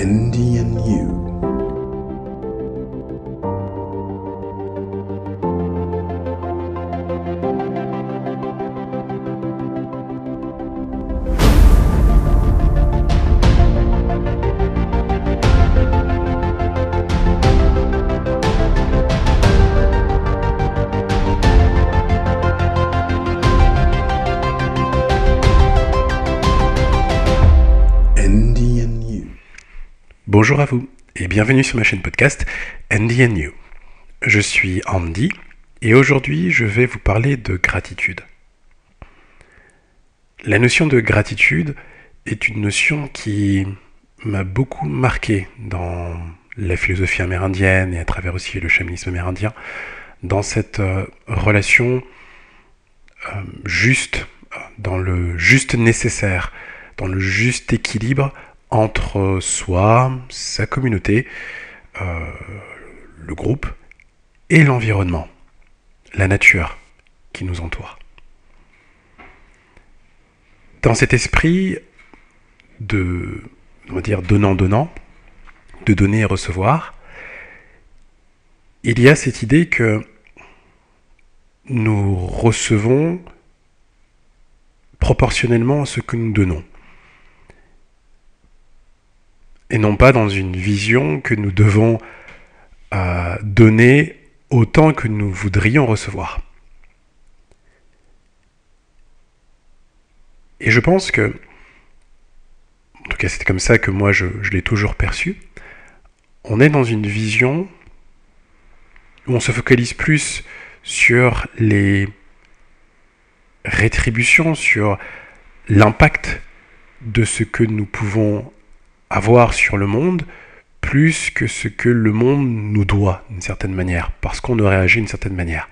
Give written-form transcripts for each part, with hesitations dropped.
Andy and You. Bonjour à vous et bienvenue sur ma chaîne podcast Andy and You. Je suis Andy et aujourd'hui je vais vous parler de gratitude. La notion de gratitude est une notion qui m'a beaucoup marqué dans la philosophie amérindienne et à travers aussi le chamanisme amérindien, dans cette relation juste, dans le juste nécessaire, dans le juste équilibre entre soi, sa communauté, le groupe et l'environnement, la nature qui nous entoure. Dans cet esprit de, on va dire, donnant-donnant, de donner et recevoir, il y a cette idée que nous recevons proportionnellement à ce que nous donnons. Et non pas dans une vision que nous devons donner autant que nous voudrions recevoir. Et je pense que, en tout cas c'est comme ça que moi je l'ai toujours perçu, on est dans une vision où on se focalise plus sur les rétributions, sur l'impact de ce que nous pouvons avoir sur le monde, plus que ce que le monde nous doit d'une certaine manière, parce qu'on aurait agi d'une certaine manière.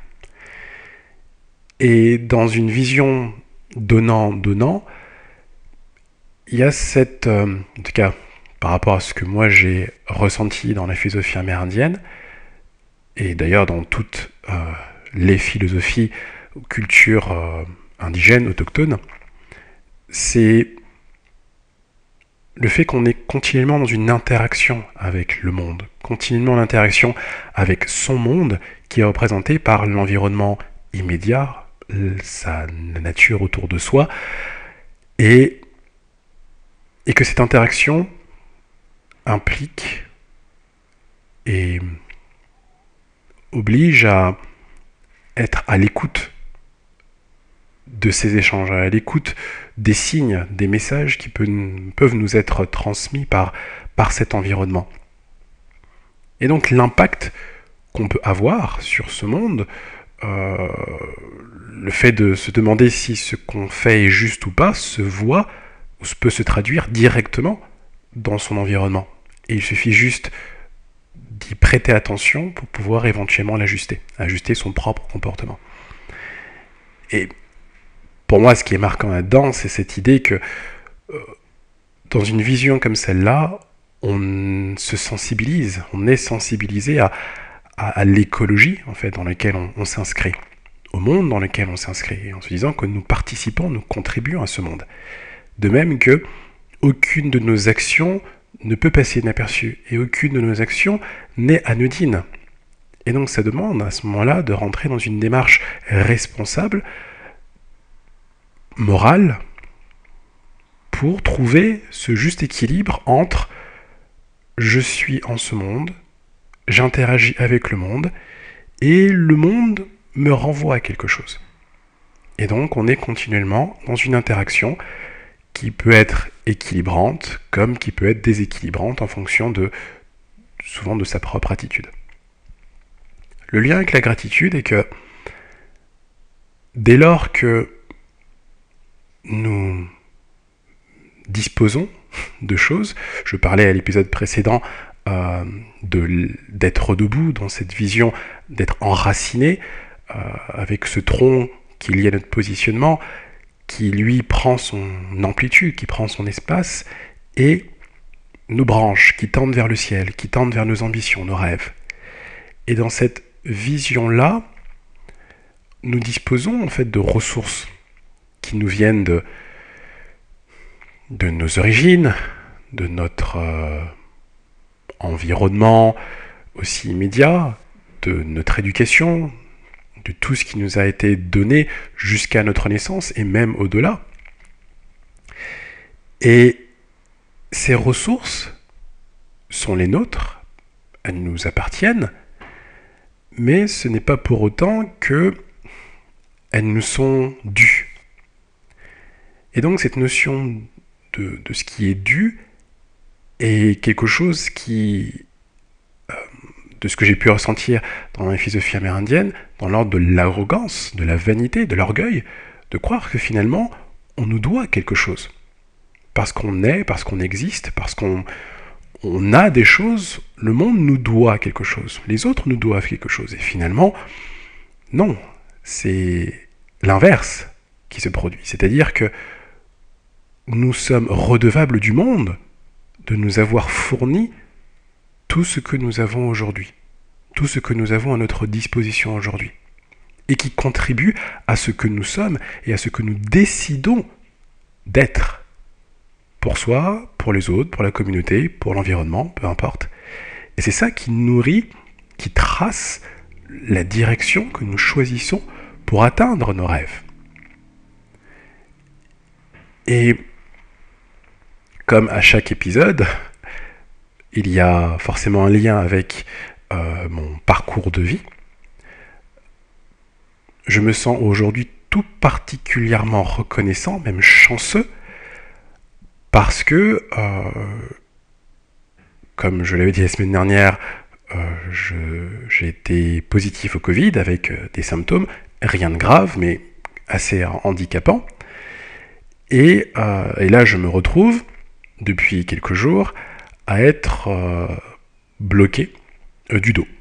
Et dans une vision donnant-donnant, il y a cette, en tout cas par rapport à ce que moi j'ai ressenti dans la philosophie amérindienne, et d'ailleurs dans toutes les philosophies ou cultures indigènes, autochtones, c'est le fait qu'on est continuellement dans une interaction avec le monde, continuellement l'interaction avec son monde qui est représenté par l'environnement immédiat, la nature autour de soi, et que cette interaction implique et oblige à être à l'écoute de ces échanges, à l'écoute des signes, des messages qui peuvent nous être transmis par cet environnement. Et donc l'impact qu'on peut avoir sur ce monde, le fait de se demander si ce qu'on fait est juste ou pas, se voit ou peut se traduire directement dans son environnement. Et il suffit juste d'y prêter attention pour pouvoir éventuellement l'ajuster, ajuster son propre comportement. Et pour moi, ce qui est marquant là-dedans, c'est cette idée que dans une vision comme celle-là, on se sensibilise, on est sensibilisé à l'écologie en fait, dans laquelle on s'inscrit, au monde dans lequel on s'inscrit, en se disant que nous participons, nous contribuons à ce monde. De même que aucune de nos actions ne peut passer inaperçue, et aucune de nos actions n'est anodine. Et donc ça demande à ce moment-là de rentrer dans une démarche responsable, morale, pour trouver ce juste équilibre entre je suis en ce monde, j'interagis avec le monde, et le monde me renvoie à quelque chose. Et donc on est continuellement dans une interaction qui peut être équilibrante, comme qui peut être déséquilibrante en fonction souvent de sa propre attitude. Le lien avec la gratitude est que dès lors que nous disposons de choses, je parlais à l'épisode précédent d'être debout, dans cette vision d'être enraciné, avec ce tronc qui est lié à notre positionnement, qui lui prend son amplitude, qui prend son espace, et nos branches qui tendent vers le ciel, qui tendent vers nos ambitions, nos rêves. Et dans cette vision-là, nous disposons en fait de ressources qui nous viennent de nos origines, de notre environnement aussi immédiat, de notre éducation, de tout ce qui nous a été donné jusqu'à notre naissance et même au-delà. Et ces ressources sont les nôtres, elles nous appartiennent, mais ce n'est pas pour autant que elles nous sont dues. Et donc cette notion de ce qui est dû est quelque chose qui, de ce que j'ai pu ressentir dans la philosophie amérindienne, dans l'ordre de l'arrogance, de la vanité, de l'orgueil, de croire que finalement on nous doit quelque chose. Parce qu'on est, parce qu'on existe, parce qu'on a des choses, le monde nous doit quelque chose, les autres nous doivent quelque chose. Et finalement, non, c'est l'inverse qui se produit. C'est-à-dire que nous sommes redevables du monde de nous avoir fourni tout ce que nous avons aujourd'hui, tout ce que nous avons à notre disposition aujourd'hui, et qui contribue à ce que nous sommes et à ce que nous décidons d'être. Pour soi, pour les autres, pour la communauté, pour l'environnement, peu importe. Et c'est ça qui nourrit, qui trace la direction que nous choisissons pour atteindre nos rêves. Et comme à chaque épisode, il y a forcément un lien avec mon parcours de vie. Je me sens aujourd'hui tout particulièrement reconnaissant, même chanceux, parce que, comme je l'avais dit la semaine dernière, j'ai été positif au Covid avec des symptômes, rien de grave, mais assez handicapants. Et là, je me retrouve, depuis quelques jours, à être bloqué du dos.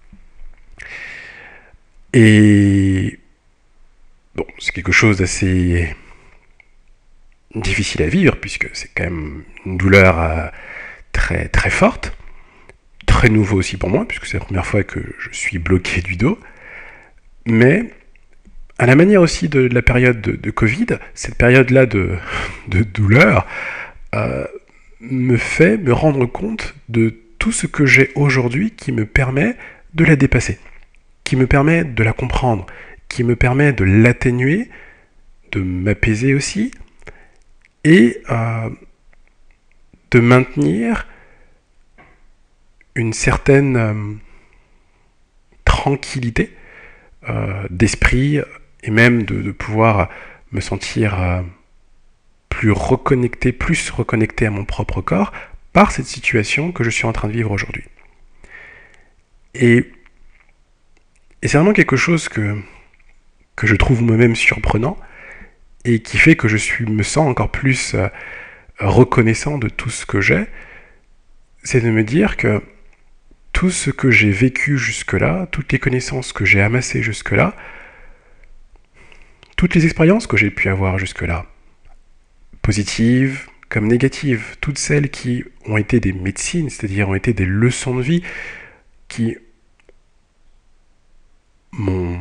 Et bon, c'est quelque chose d'assez difficile à vivre, puisque c'est quand même une douleur très, très forte, très nouveau aussi pour moi, puisque c'est la première fois que je suis bloqué du dos. Mais à la manière aussi de la période de Covid, cette période-là de douleur me fait me rendre compte de tout ce que j'ai aujourd'hui qui me permet de la dépasser, qui me permet de la comprendre, qui me permet de l'atténuer, de m'apaiser aussi, et de maintenir une certaine tranquillité d'esprit, et même de pouvoir me sentir plus reconnecté à mon propre corps par cette situation que je suis en train de vivre aujourd'hui. Et c'est vraiment quelque chose que je trouve moi-même surprenant, et qui fait que me sens encore plus reconnaissant de tout ce que j'ai, c'est de me dire que tout ce que j'ai vécu jusque-là, toutes les connaissances que j'ai amassées jusque-là, toutes les expériences que j'ai pu avoir jusque-là, positives comme négatives, toutes celles qui ont été des médecines, c'est-à-dire ont été des leçons de vie, qui m'ont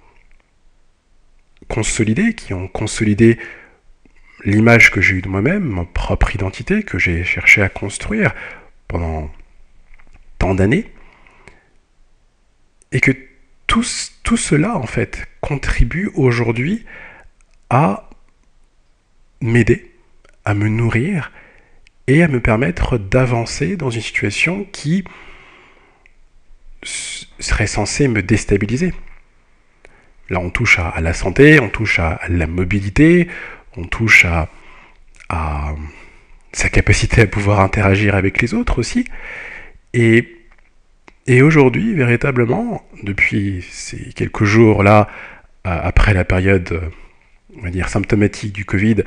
consolidé, qui ont consolidé l'image que j'ai eue de moi-même, ma propre identité que j'ai cherché à construire pendant tant d'années, et que tout cela, en fait, contribue aujourd'hui à m'aider, à me nourrir, et à me permettre d'avancer dans une situation qui serait censée me déstabiliser. Là, on touche à la santé, on touche à la mobilité, on touche à sa capacité à pouvoir interagir avec les autres aussi. Et aujourd'hui, véritablement, depuis ces quelques jours-là, après la période, on va dire, symptomatique du Covid,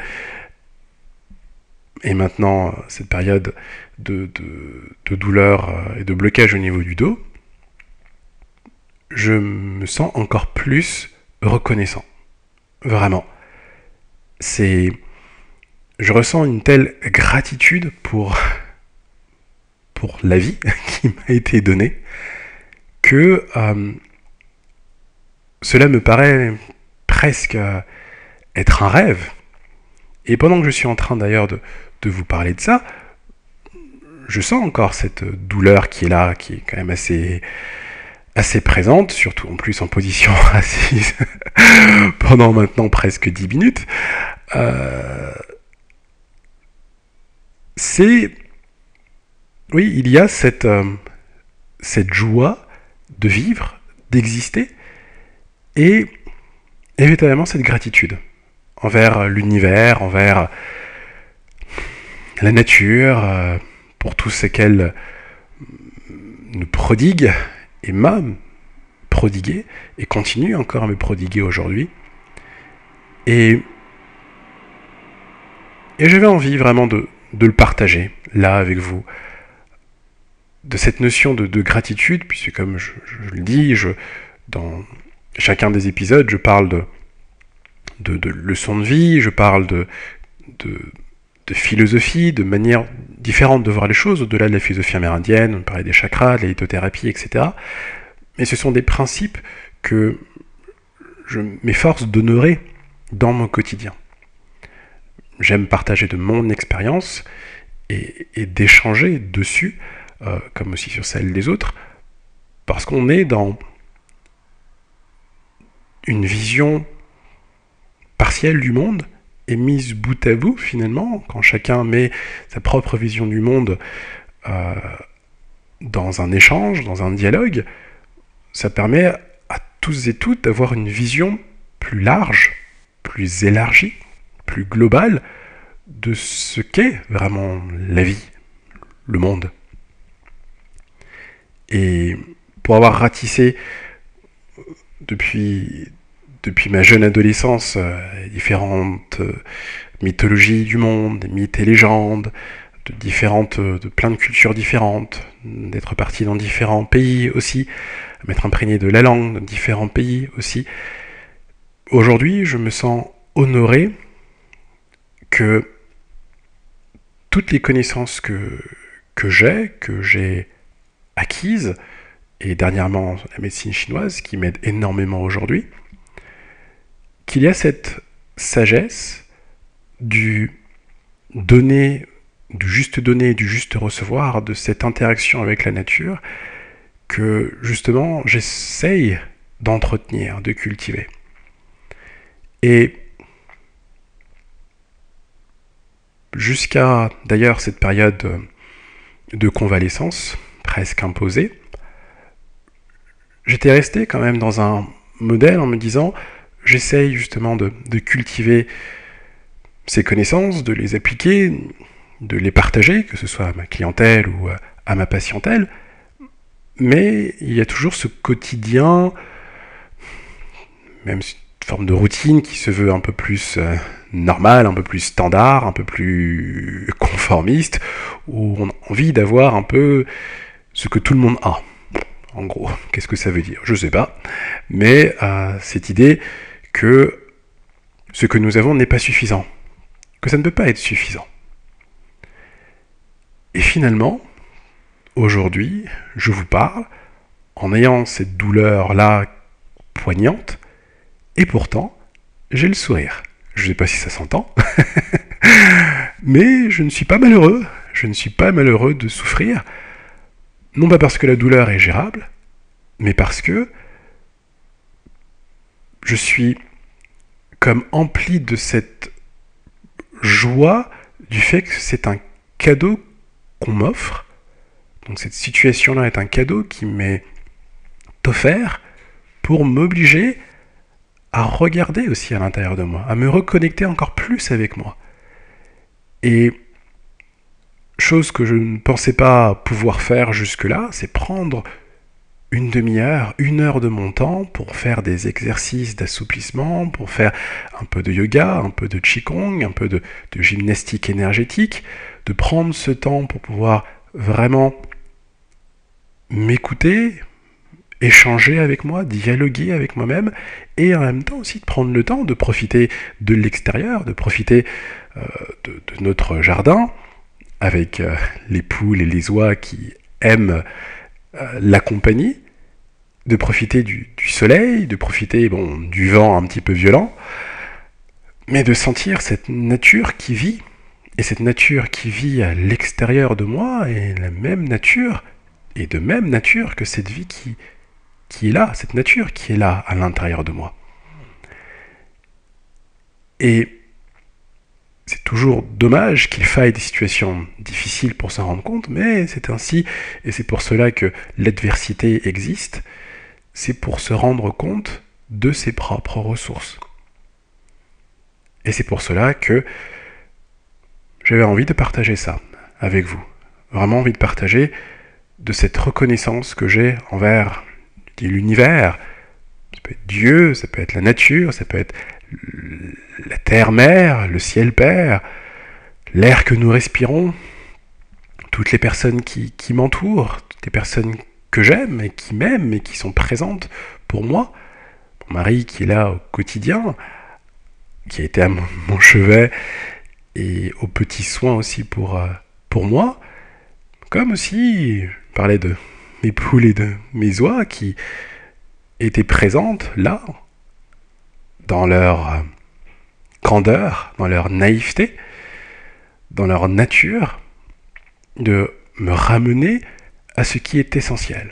et maintenant cette période de douleur et de blocage au niveau du dos, je me sens encore plus reconnaissant. Vraiment. Je ressens une telle gratitude pour la vie qui m'a été donnée que cela me paraît presque être un rêve. Et pendant que je suis en train d'ailleurs de vous parler de ça, je sens encore cette douleur qui est là, qui est quand même assez présente, surtout en plus en position assise pendant maintenant presque 10 minutes. Oui, il y a cette joie de vivre, d'exister, et évidemment cette gratitude envers l'univers, envers la nature, pour tout ce qu'elle nous prodigue et m'a prodigué et continue encore à me prodiguer aujourd'hui. Et j'avais envie vraiment de le partager là avec vous, de cette notion de gratitude, puisque comme je le dis, dans chacun des épisodes, je parle de leçons de vie, je parle de philosophie, de manière différente de voir les choses, au-delà de la philosophie amérindienne, on parlait des chakras, de la lithothérapie, etc. Mais ce sont des principes que je m'efforce d'honorer dans mon quotidien. J'aime partager de mon expérience et d'échanger dessus, comme aussi sur celle des autres, parce qu'on est dans une vision partielle du monde, et mise bout à bout, finalement, quand chacun met sa propre vision du monde dans un échange, dans un dialogue, ça permet à tous et toutes d'avoir une vision plus large, plus élargie, plus globale de ce qu'est vraiment la vie, le monde. Et pour avoir ratissé depuis ma jeune adolescence, différentes mythologies du monde, des mythes et légendes, de plein de cultures différentes, d'être parti dans différents pays aussi, m'être imprégné de la langue de différents pays aussi. Aujourd'hui, je me sens honoré que toutes les connaissances que j'ai acquises, et dernièrement la médecine chinoise qui m'aide énormément aujourd'hui, qu'il y a cette sagesse du juste donner, du juste recevoir, de cette interaction avec la nature que justement j'essaye d'entretenir, de cultiver. Et jusqu'à d'ailleurs cette période de convalescence presque imposée, j'étais resté quand même dans un modèle en me disant j'essaye justement de cultiver ces connaissances, de les appliquer, de les partager, que ce soit à ma clientèle ou à ma patientèle, mais il y a toujours ce quotidien, même une forme de routine qui se veut un peu plus normale, un peu plus standard, un peu plus conformiste, où on a envie d'avoir un peu ce que tout le monde a. En gros, qu'est-ce que ça veut dire ? Je sais pas, mais cette idée que ce que nous avons n'est pas suffisant, que ça ne peut pas être suffisant. Et finalement, aujourd'hui, je vous parle en ayant cette douleur-là poignante, et pourtant, j'ai le sourire. Je ne sais pas si ça s'entend, mais je ne suis pas malheureux. Je ne suis pas malheureux de souffrir, non pas parce que la douleur est gérable, mais parce que je suis comme empli de cette joie du fait que c'est un cadeau qu'on m'offre. Donc cette situation-là est un cadeau qui m'est offert pour m'obliger à regarder aussi à l'intérieur de moi, à me reconnecter encore plus avec moi. Et chose que je ne pensais pas pouvoir faire jusque-là, c'est prendre une demi-heure, 1 heure de mon temps pour faire des exercices d'assouplissement, pour faire un peu de yoga, un peu de qigong, un peu de gymnastique énergétique, de prendre ce temps pour pouvoir vraiment m'écouter, échanger avec moi, dialoguer avec moi-même, et en même temps aussi de prendre le temps de profiter de l'extérieur, de profiter de notre jardin, avec les poules et les oies qui aiment la compagnie, de profiter du soleil, de profiter du vent un petit peu violent, mais de sentir cette nature qui vit Et cette nature qui vit à l'extérieur de moi est la même nature, et de même nature que cette vie qui est là, cette nature qui est là à l'intérieur de moi. Et c'est toujours dommage qu'il faille des situations difficiles pour s'en rendre compte, mais c'est ainsi, et c'est pour cela que l'adversité existe, c'est pour se rendre compte de ses propres ressources. Et c'est pour cela que j'avais envie de partager ça avec vous. Vraiment envie de partager de cette reconnaissance que j'ai envers l'univers. Ça peut être Dieu, ça peut être la nature, ça peut être la terre-mère, le ciel-père, l'air que nous respirons, toutes les personnes qui m'entourent, toutes les personnes que j'aime et qui m'aiment et qui sont présentes pour moi. Mon mari qui est là au quotidien, qui a été à mon chevet et aux petits soins aussi pour moi. Comme aussi, je parlais de mes poules et de mes oies qui étaient présentes là, dans leur candeur, dans leur naïveté, dans leur nature, de me ramener à ce qui est essentiel.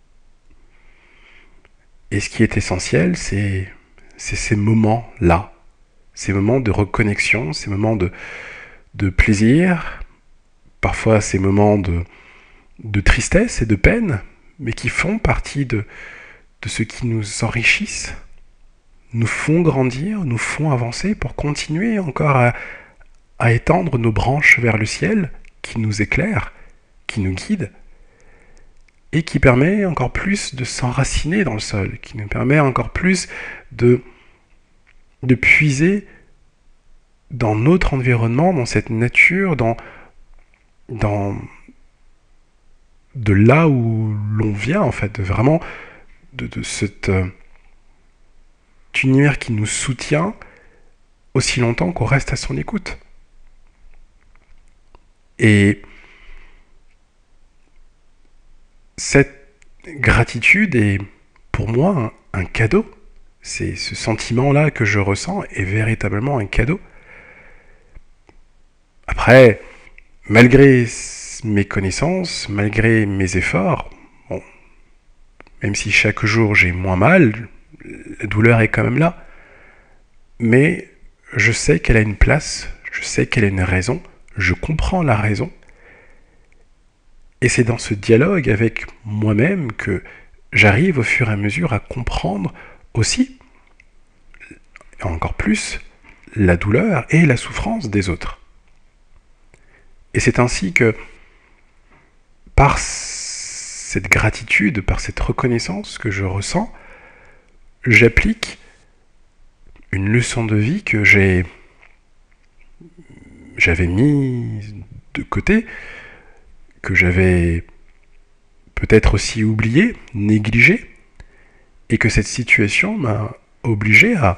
Et ce qui est essentiel, c'est ces moments-là, ces moments de reconnexion, ces moments de plaisir, parfois ces moments de tristesse et de peine, mais qui font partie de ce qui nous enrichissent, nous font grandir, nous font avancer pour continuer encore à étendre nos branches vers le ciel, qui nous éclaire, qui nous guide, et qui permet encore plus de s'enraciner dans le sol, qui nous permet encore plus de puiser dans notre environnement, dans cette nature, dans de là où l'on vient, en fait, vraiment de cet univers qui nous soutient aussi longtemps qu'on reste à son écoute. Et cette gratitude est pour moi un cadeau. C'est ce sentiment-là que je ressens est véritablement un cadeau. Après, malgré mes connaissances, malgré mes efforts, bon, même si chaque jour j'ai moins mal, la douleur est quand même là. Mais je sais qu'elle a une place, je sais qu'elle a une raison, je comprends la raison. Et c'est dans ce dialogue avec moi-même que j'arrive au fur et à mesure à comprendre aussi, et encore plus, la douleur et la souffrance des autres. Et c'est ainsi que, par cette gratitude, par cette reconnaissance que je ressens, j'applique une leçon de vie que j'avais mis de côté, que j'avais peut-être aussi oublié, négligé, et que cette situation m'a obligé à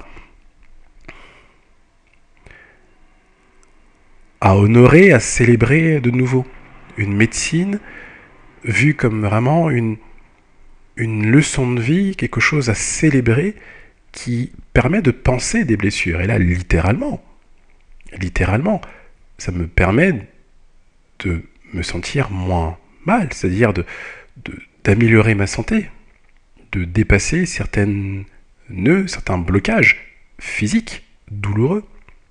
honorer, à célébrer de nouveau. Une médecine vue comme vraiment une leçon de vie, quelque chose à célébrer qui permet de penser des blessures. Et là, littéralement, ça me permet de me sentir moins mal, c'est-à-dire d'améliorer ma santé, de dépasser certains nœuds, certains blocages physiques douloureux.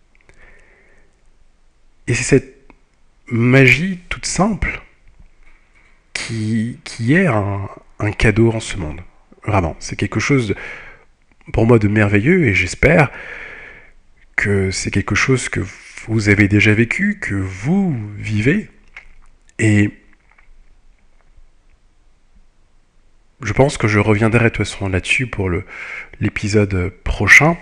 Et c'est cette magie toute simple qui est un cadeau en ce monde. Vraiment, c'est quelque chose pour moi de merveilleux et j'espère que c'est quelque chose que vous avez déjà vécu, que vous vivez. Et je pense que je reviendrai de toute façon là-dessus pour l'épisode prochain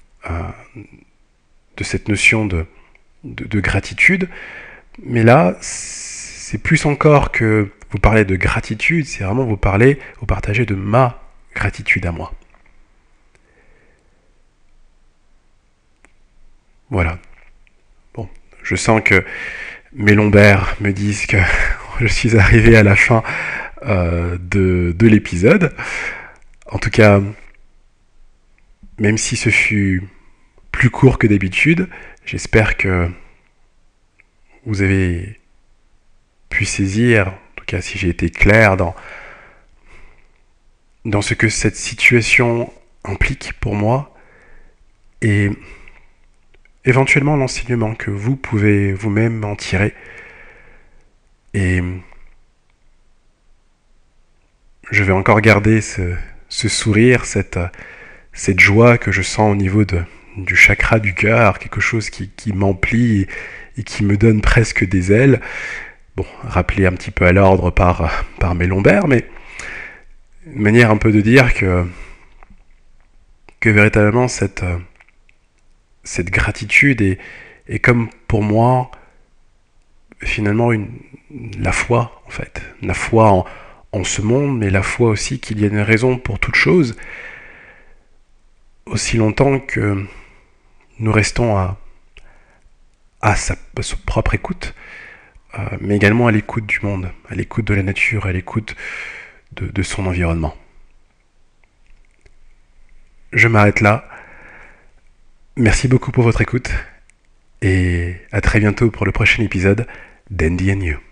de cette notion de gratitude. Mais là, c'est plus encore que vous parlez de gratitude, c'est vraiment vous partagez de ma gratitude à moi. Voilà. Bon, je sens que mes lombaires me disent que je suis arrivé à la fin de l'épisode. En tout cas, même si ce fut plus court que d'habitude, j'espère que vous avez pu saisir, en tout cas si j'ai été clair dans ce que cette situation implique pour moi, et éventuellement l'enseignement que vous pouvez vous-même en tirer. Et je vais encore garder ce sourire, cette joie que je sens au niveau du chakra du cœur, quelque chose qui m'emplit et qui me donne presque des ailes. Bon, rappelé un petit peu à l'ordre par mes lombaires, mais une manière un peu de dire que véritablement cette gratitude est comme pour moi finalement la foi en fait, la foi en ce monde, mais la foi aussi qu'il y a une raison pour toute chose, aussi longtemps que nous restons à sa propre écoute, mais également à l'écoute du monde, à l'écoute de la nature, à l'écoute de son environnement. Je m'arrête là. Merci beaucoup pour votre écoute et à très bientôt pour le prochain épisode d'Andy and You.